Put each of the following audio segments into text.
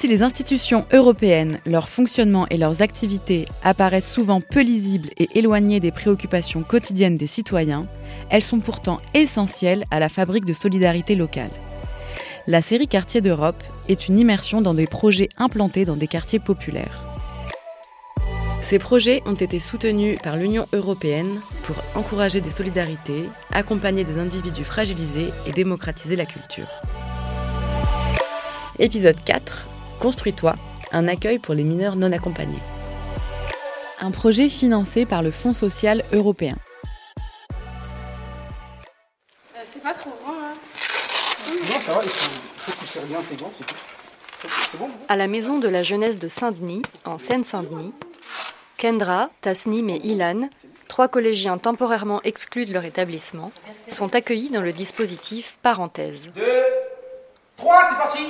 Si les institutions européennes, leur fonctionnement et leurs activités apparaissent souvent peu lisibles et éloignées des préoccupations quotidiennes des citoyens, elles sont pourtant essentielles à la fabrique de solidarité locale. La série Quartiers d'Europe est une immersion dans des projets implantés dans des quartiers populaires. Ces projets ont été soutenus par l'Union européenne pour encourager des solidarités, accompagner des individus fragilisés et démocratiser la culture. Épisode 4. Construis-toi, un accueil pour les mineurs non accompagnés. Un projet financé par le Fonds social européen. C'est pas trop grand, hein. Non, ça va, il faut que tu serres bien tes gants, c'est tout. C'est bon. À la maison de la jeunesse de Saint-Denis, en Seine-Saint-Denis, Kendra, Tasnim et Ilan, 3 collégiens temporairement exclus de leur établissement, sont accueillis dans le dispositif Parenthèse. 2, 3, c'est parti.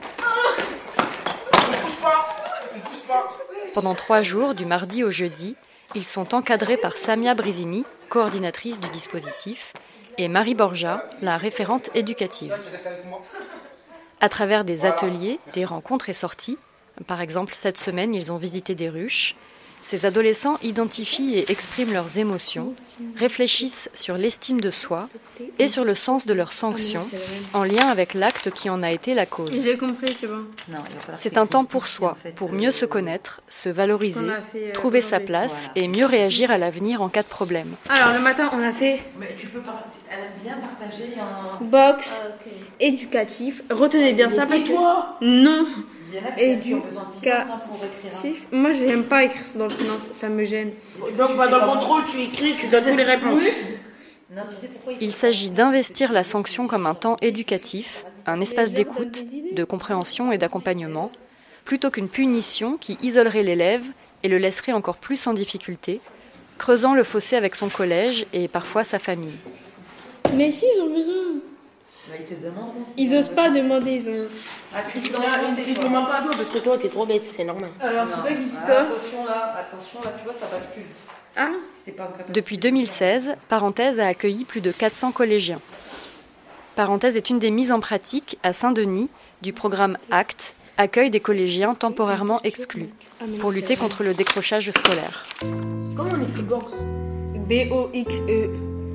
On pousse pas. Pendant 3 jours, du mardi au jeudi, ils sont encadrés par Samia Brizini, coordinatrice du dispositif, et Marie Borja, la référente éducative. À travers des ateliers, des rencontres et sorties, par exemple cette semaine ils ont visité des ruches, ces adolescents identifient et expriment leurs émotions, réfléchissent sur l'estime de soi et sur le sens de leurs sanctions, en lien avec l'acte qui en a été la cause. J'ai compris, c'est bon. C'est un temps pour soi, pour mieux se connaître, se valoriser, trouver sa place et mieux réagir à l'avenir en cas de problème. Alors le matin, on a fait Mais tu peux elle aime bien partager un... box éducatif. Retenez bien ça parce que... Non. Il y en a qui ont besoin de silence pour écrire. Moi, j'aime pas écrire dans le silence, ça me gêne. Donc, dans le contrôle, tu écris, tu donnes toutes les réponses. Non, tu sais pourquoi Il s'agit d'investir la sanction comme un temps éducatif, un espace d'écoute, de compréhension et d'accompagnement, plutôt qu'une punition qui isolerait l'élève et le laisserait encore plus en difficulté, creusant le fossé avec son collège et parfois sa famille. Mais si, ils ont besoin. Bah, ils te demanderont. Ils osent pas demander, ils ont... Ah, tu dis Ils te demandent pas à toi parce que toi, t'es trop bête, c'est normal. Alors, c'est toi qui dis ça. Attention là, tu vois, ça bascule. Ah. C'était pas vrai. Depuis 2016, Parenthèse a accueilli plus de 400 collégiens. Parenthèse est une des mises en pratique à Saint-Denis du programme ACT, accueil des collégiens temporairement exclus, pour lutter contre le décrochage scolaire. Comment on écrit box? B-O-X-E.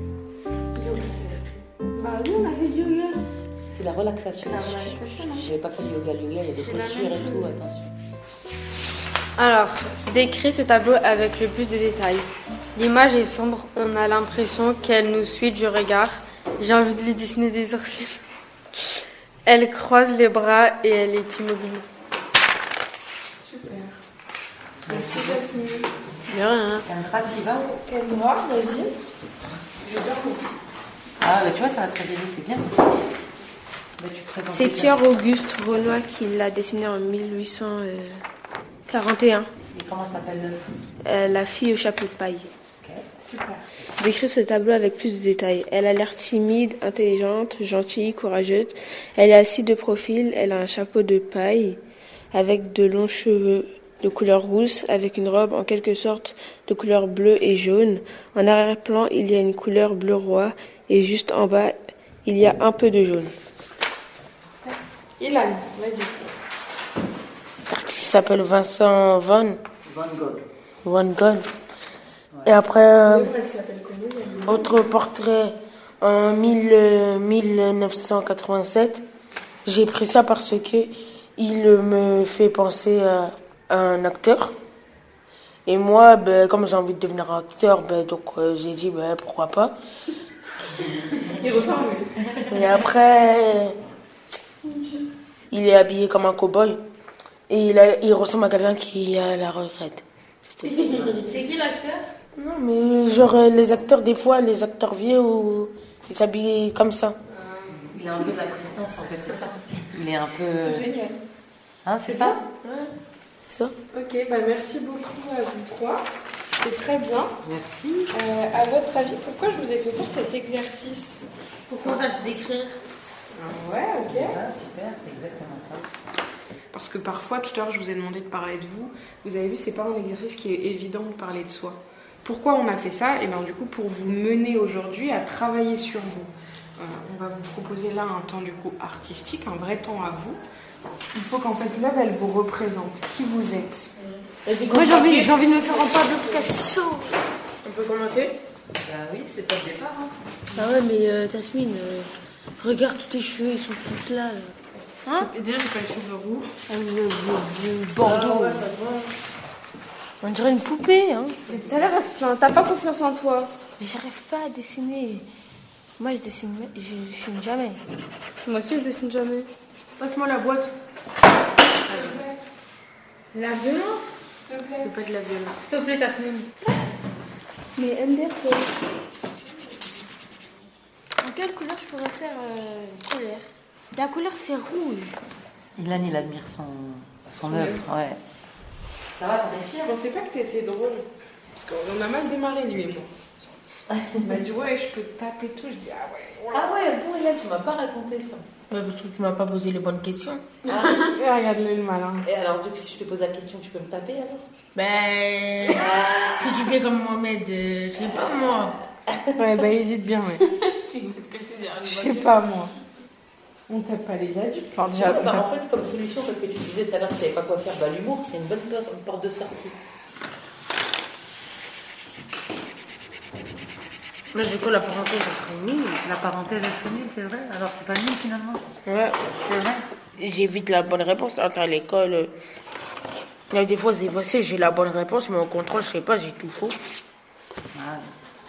Bah oui, on a fait du yoga. C'est la relaxation. Je n'avais pas fait le yoga. Le yoga, il y a des postures et tout, attention. Alors, décris ce tableau avec le plus de détails. L'image est sombre, on a l'impression qu'elle nous suit du regard. J'ai envie de lui dessiner des sourcils. Elle croise les bras et elle est immobile. Super. Merci Jasmine. De rien. Kendra, tu y vas? Kendra, vas-y. Ah, mais tu vois, ça va te révéler, c'est bien. Bah, C'est Pierre-Auguste Renoir qui l'a dessiné en 1841. Et comment s'appelle La fille au chapeau de paille. Ok, super. Décrit ce tableau avec plus de détails. Elle a l'air timide, intelligente, gentille, courageuse. Elle est assise de profil, elle a un chapeau de paille avec de longs cheveux de couleur rousse, avec une robe en quelque sorte de couleur bleue et jaune. En arrière-plan, il y a une couleur bleu roi et juste en bas, il y a un peu de jaune. Ilan, vas-y. L'artiste s'appelle Vincent Van Gogh. Van Gogh. Et après, autre portrait en 1987. J'ai pris ça parce que il me fait penser à un acteur. Et moi, comme j'ai envie de devenir acteur, donc j'ai dit pourquoi pas. Il reformule. Et après, il est habillé comme un cow-boy. Et il ressemble à quelqu'un qui a la retraite. C'est qui l'acteur? Non, mais genre les acteurs, des fois, les acteurs vieux, ils s'habillent comme ça. Il a un peu de la prestance en fait, c'est ça. Il est un peu. C'est génial. Hein, c'est ça? Ouais. C'est ça. Ok, merci beaucoup à vous trois. C'est très bien. Merci. À votre avis, pourquoi je vous ai fait faire cet exercice? Pourquoi ça, je d'écrire? Ouais, ok. Ah, super, c'est exactement ça. Parce que parfois, tout à l'heure, je vous ai demandé de parler de vous. Vous avez vu, c'est pas un exercice qui est évident de parler de soi. Pourquoi on a fait ça? Et bien du coup, pour vous mener aujourd'hui à travailler sur vous. On va vous proposer là un temps du coup artistique, un vrai temps à vous, Il faut qu'en fait l'œuvre, elle vous représente qui vous êtes. Moi, j'ai envie de me faire en Pablo Picasso. On peut commencer? Bah oui, c'est pas le départ. Hein. Ah ouais, mais Tasmine, regarde tous tes cheveux, ils sont tous là. Hein? Déjà, j'ai pas les cheveux roux. Bordeaux. Ah ouais, ça te va. On dirait une poupée, hein. Mais tout à l'heure, elle se plaint. T'as pas confiance en toi. Mais j'arrive pas à dessiner. Moi, je dessine jamais. Moi aussi, je dessine jamais. Passe-moi la boîte. La violence? C'est pas de la violence. S'il te plaît, Tasmine. Mais MDR, en quelle couleur je pourrais faire colère? La couleur, c'est rouge. Ilan, il admire son œuvre, ouais. Ça va, t'en es fière? Je pensais pas que t'étais drôle. Parce qu'on a mal démarré, lui et moi. Il m'a dit, ouais, je peux te taper tout. Je dis, ah ouais. Ah ouais, bon, Ilan, tu m'as pas raconté ça. Ouais, parce que tu m'as pas posé les bonnes questions. Et regarde-le, le malin. Et alors, du coup, si je te pose la question, tu peux me taper alors? Ben, si tu fais comme Mohamed, je sais pas moi. Ouais, bah hésite bien, ouais. Je sais pas, moi. On tape pas les adultes. Enfin, déjà, Ouais, bah, en fait, comme solution, parce que tu disais tout à l'heure que tu savais pas quoi faire, bah l'humour, c'est une bonne porte de sortie. Là, du coup, la parenthèse, ça serait nul. La parenthèse, elle serait nulle, c'est vrai? Alors, c'est pas nul finalement? Ouais, C'est vrai? j'évite la bonne réponse. À l'école, là, des fois, c'est facile, j'ai la bonne réponse, mais au contrôle, je sais pas, j'ai tout faux. Ouais.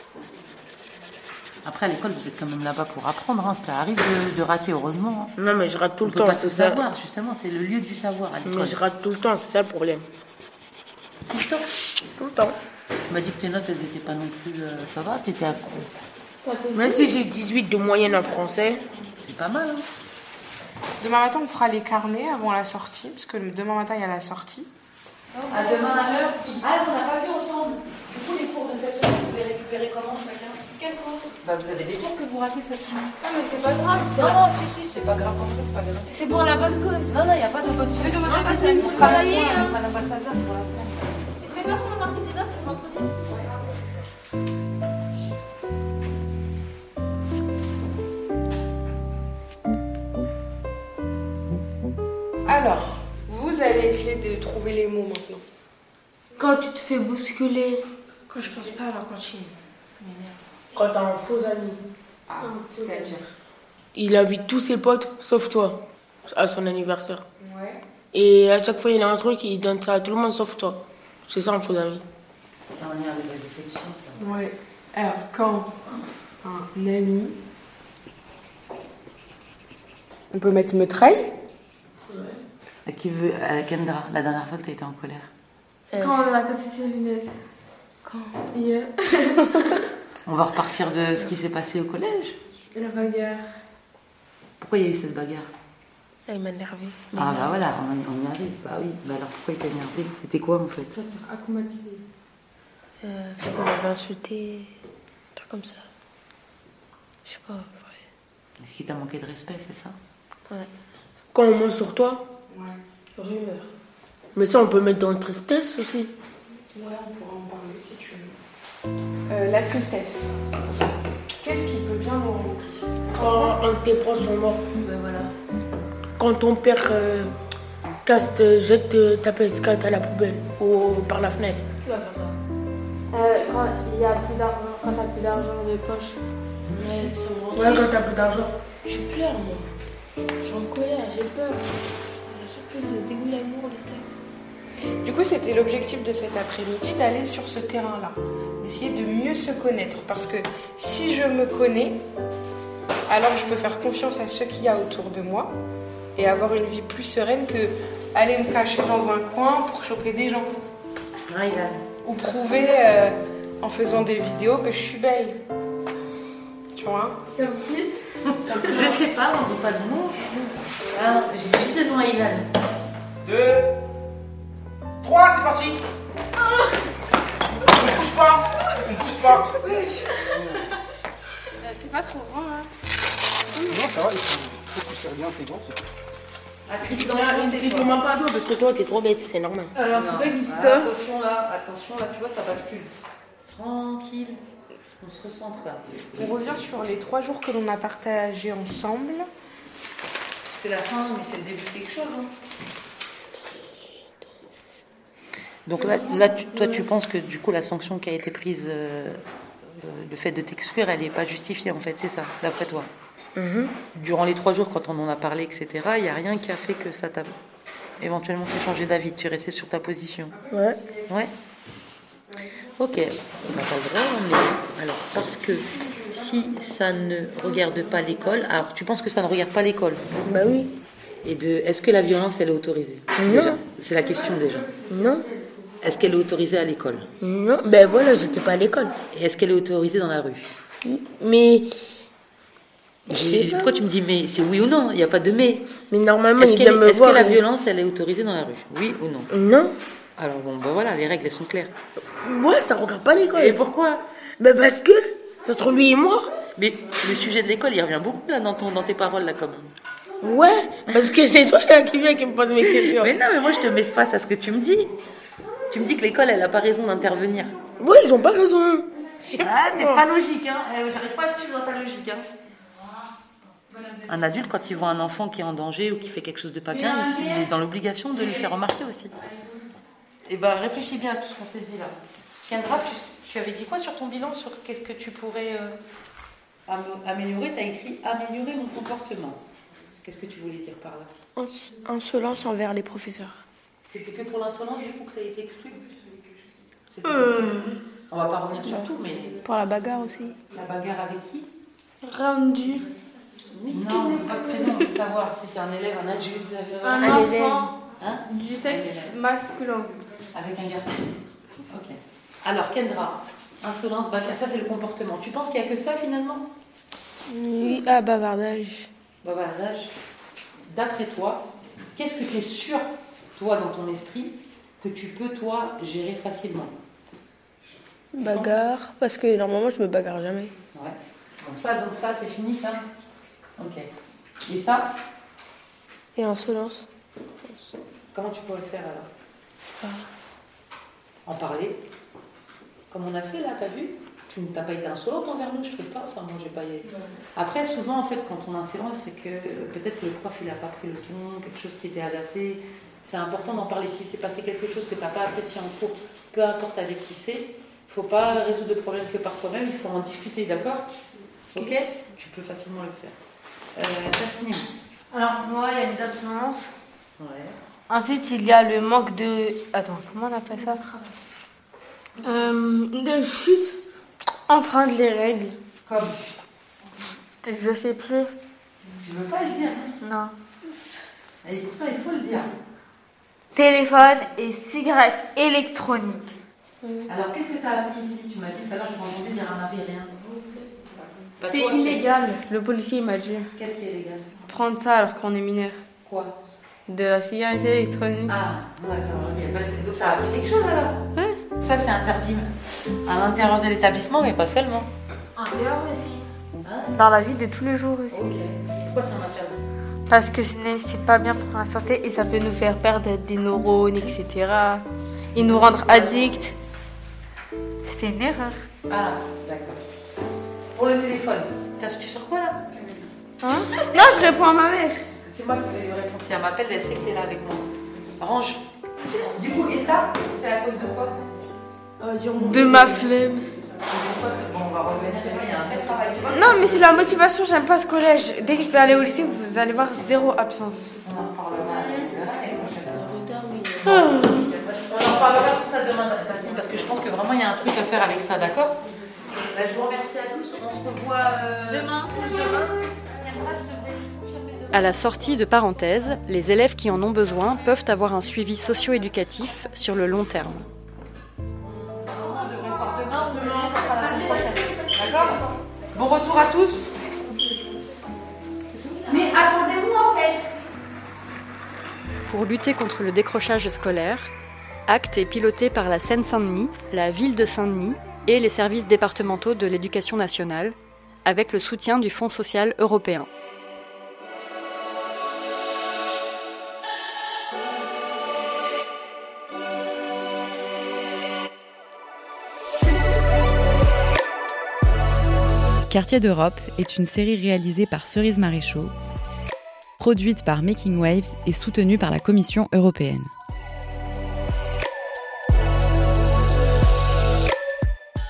Après, à l'école, vous êtes quand même là-bas pour apprendre, hein. Ça arrive de rater, heureusement. Hein. Non, mais je rate tout On le peut temps, pas c'est tout ça. savoir, justement, c'est le lieu du savoir à l'école. Mais je rate tout le temps, c'est ça le problème. Tout le temps. Tout le temps. Tu m'as dit que tes notes, elles étaient pas non plus... ça va, t'étais à... Même si j'ai 18 de moyenne en français. C'est pas mal, hein. demain matin, on fera les carnets avant la sortie. Parce que demain matin, il y a la sortie. À demain à l'heure. Ah, on n'a pas vu ensemble. Du coup, les cours de cette semaine, vous les récupérez comment chacun? Quel cours? Bah, vous avez des cours que vous ratez cette semaine. Ah, mais c'est pas grave. Non, si, c'est pas grave. En fait, c'est pas grave. C'est pour la bonne cause. Non, il n'y a pas de bonne chose. Mais demain matin, Tasmine, pour travailler. On n'a pas de bazar pour la semaine. Mais de toute façon, on a pris des notes, c'est vendredi. Alors, vous allez essayer de trouver les mots maintenant. Quand tu te fais bousculer. Quand je pense pas à la cantine. Quand t'as un faux ami. Ah, c'est-à-dire? Il invite tous ses potes, sauf toi, à son anniversaire. Ouais. Et à chaque fois, il a un truc, il donne ça à tout le monde, sauf toi. C'est ça un faux ami. C'est en lien avec la déception, ça. Ouais. Alors, quand un ami... On peut mettre me trahit. Qui veut... Kendra, la dernière fois que t'as été en colère. Quand on a cassé ses lunettes. Quand? Hier. On va repartir de ce qui s'est passé au collège. La bagarre. Pourquoi il y a eu cette bagarre? Il m'a énervé. Ah bah voilà, on y arrive. Bah oui, bah alors pourquoi il t'a énervé? C'était quoi en fait? Accoumatisé. Parce qu'on m'avait insulté, un truc comme ça. Je sais pas, ouais. Est-ce qu'il t'a manqué de respect, c'est ça? Ouais. Quand on ment sur toi, Ouais. rumeur. Mais ça, on peut mettre dans la tristesse aussi. Ouais, on pourra en parler si tu veux. La tristesse. Qu'est-ce qui peut bien nous rendre triste? Quand un de tes proches sont morts. Ben voilà. Quand ton père jette ta PS4 à la poubelle ou par la fenêtre. Tu vas faire ça. Quand il y a plus d'argent, quand t'as plus d'argent de poche. Ouais, ça me rend Ouais, triste. quand t'as plus d'argent. Je pleure, moi. Je suis en colère, j'ai peur. La surprise, le dégoût, l'amour, le stress. Du coup, c'était l'objectif de cet après-midi, d'aller sur ce terrain-là, d'essayer de mieux se connaître. Parce que si je me connais, alors je peux faire confiance à ceux qu'il y a autour de moi et avoir une vie plus sereine que aller me cacher dans un coin pour choper des gens. Ah, il a... Ou prouver en faisant des vidéos que je suis belle. Tu vois? Je sais pas, on dit pas de nom. Ah, j'ai juste le nom à Ilan. 2, 3, c'est parti. On ne pousse pas. On ne pousse pas. C'est pas trop grand, hein. Non, ça va, il faut que tu serres bien tes gants, c'est tout. Ah, tu Il te demande pas à toi parce que toi, t'es trop bête, c'est normal. Alors, c'est toi qui dis Ah, ça. attention là, tu vois, ça bascule. Tranquille. On se recentre là. On revient sur les 3 jours que l'on a partagés ensemble. C'est la fin, mais c'est le début de quelque chose. Hein. Donc là toi, tu penses que du coup, la sanction qui a été prise, le fait de t'exclure, elle n'est pas justifiée, en fait, c'est ça, d'après toi? Durant les 3 jours, quand on en a parlé, etc., il n'y a rien qui a fait que ça t'a éventuellement fait changer d'avis. Tu es resté sur ta position. Ouais. Ouais. Ok. On n'a pas le droit, mais alors, parce que si ça ne regarde pas l'école, alors tu penses que ça ne regarde pas l'école? Bah oui. Et est-ce que la violence, elle est autorisée? Déjà. C'est la question déjà. Non. Est-ce qu'elle est autorisée à l'école? Non. Ben voilà, j'étais pas à l'école. Et est-ce qu'elle est autorisée dans la rue? Mais... Pourquoi tu me dis mais? C'est oui ou non? Il n'y a pas de mais. Mais normalement, Est-ce il vient me voir. Est-ce que la violence, elle est autorisée dans la rue? Oui ou non? Non. Alors bon, ben voilà, les règles, elles sont claires. Ouais, ça regarde pas l'école. Et pourquoi? Ben parce que c'est entre lui et moi. Mais le sujet de l'école, il revient beaucoup là dans tes paroles là quand même. Ouais, parce que c'est toi là qui viens qui me pose mes questions. Mais non, mais moi je te mets face à ce que tu me dis. Tu me dis que l'école, elle n'a pas raison d'intervenir. Oui, ils ont pas raison. Ah, t'es pas logique, hein. J'arrive pas à suivre dans ta logique, hein. Un adulte, quand il voit un enfant qui est en danger ou qui fait quelque chose de pas bien, il est dans l'obligation de lui faire remarquer aussi. Et ben, réfléchis bien à tout ce qu'on s'est dit là. Kendra, tu avais dit quoi sur ton bilan, sur qu'est-ce que tu pourrais améliorer? Tu as écrit améliorer mon comportement. Qu'est-ce que tu voulais dire par là? Insolence envers les professeurs. C'était que pour l'insolence du coup que tu as été exclu? On va pas revenir sur tout, mais... Pour la bagarre aussi. La bagarre avec qui? Randy. Non, pas de prénom, on veut savoir si c'est un élève, un adulte, Un enfant hein? du sexe masculin. Avec un garçon. Ok. Alors, Kendra, insolence, bagarre, ça c'est le comportement. Tu penses qu'il n'y a que ça finalement? Oui, bavardage. Bavardage. D'après toi, qu'est-ce que tu es sûr, toi, dans ton esprit, que tu peux, toi, gérer facilement? Bagarre, parce que normalement je me bagarre jamais. Ouais. Donc ça, c'est fini ça? Ok. Et ça? Et insolence. Comment tu pourrais faire alors? C'est pas... En parler? Comme on a fait là, t'as vu? Tu n'as pas été insolente envers nous, je trouve pas. Enfin, moi j'ai pas. Après, souvent en fait, quand on insolence, c'est que peut-être que le prof il a pas pris le ton, quelque chose qui était adapté. C'est important d'en parler. Si c'est passé quelque chose que t'as pas apprécié en cours, peu importe avec qui c'est, il faut pas résoudre le problème que par toi-même. Il faut en discuter, d'accord? Ok? Tu peux facilement le faire. Tasnim. Alors pour moi, il y a les absences. Ouais. Ensuite, il y a le manque de... Attends, comment on appelle ça? De chute. Enfreindre les règles. Comme? Je sais plus. Tu veux pas le dire? Non. Et pourtant, il faut le dire. Téléphone et cigarettes électroniques. Alors, qu'est-ce que tu as appris ici? Tu m'as dit tout à l'heure, je m'ai entendu dire à Marie rien. C'est illégal. Le policier m'a dit. Qu'est-ce qui est légal? Prendre ça alors qu'on est mineur. Quoi? De la cigarette électronique. Ah, d'accord, ok. Parce que donc ça a appris quelque chose alors? Ouais. Ça, c'est interdit à l'intérieur de l'établissement, mais pas seulement. En dehors aussi. Hein? Dans la vie de tous les jours aussi. Ok. Pourquoi c'est un interdit? Parce que c'est pas bien pour la santé et ça peut nous faire perdre des neurones, etc. Et nous rendre addicts. C'était une erreur. Ah, d'accord. Pour le téléphone, tu sors quoi là? Hein? Non, je réponds à ma mère. C'est moi qui vais lui répondre. Si elle m'appelle, elle sait que t'es là avec moi. Range. Du coup, et ça, c'est à cause de quoi? De ma flemme. Bon, on va revenir. Il y a un vrai travail. Tu vois? Non, mais c'est la motivation, j'aime pas ce collège. Dès que je vais aller au lycée, vous allez voir zéro absence. On en reparlera l'année prochaine. On en reparlera tout ça demain, Tasnim, parce que je pense que vraiment il y a un truc à faire avec ça, d'accord? Je vous remercie à tous. On se revoit Demain. À la sortie de parenthèse, les élèves qui en ont besoin peuvent avoir un suivi socio-éducatif sur le long terme. On devrait voir demain, ça sera la semaine prochaine. D'accord? Bon retour à tous. Mais attendez-vous en fait. Pour lutter contre le décrochage scolaire, ACT est piloté par la Seine-Saint-Denis, la ville de Saint-Denis et les services départementaux de l'éducation nationale, avec le soutien du Fonds social européen. Quartier d'Europe est une série réalisée par Cerise Maréchaux produite par Making Waves et soutenue par la Commission européenne.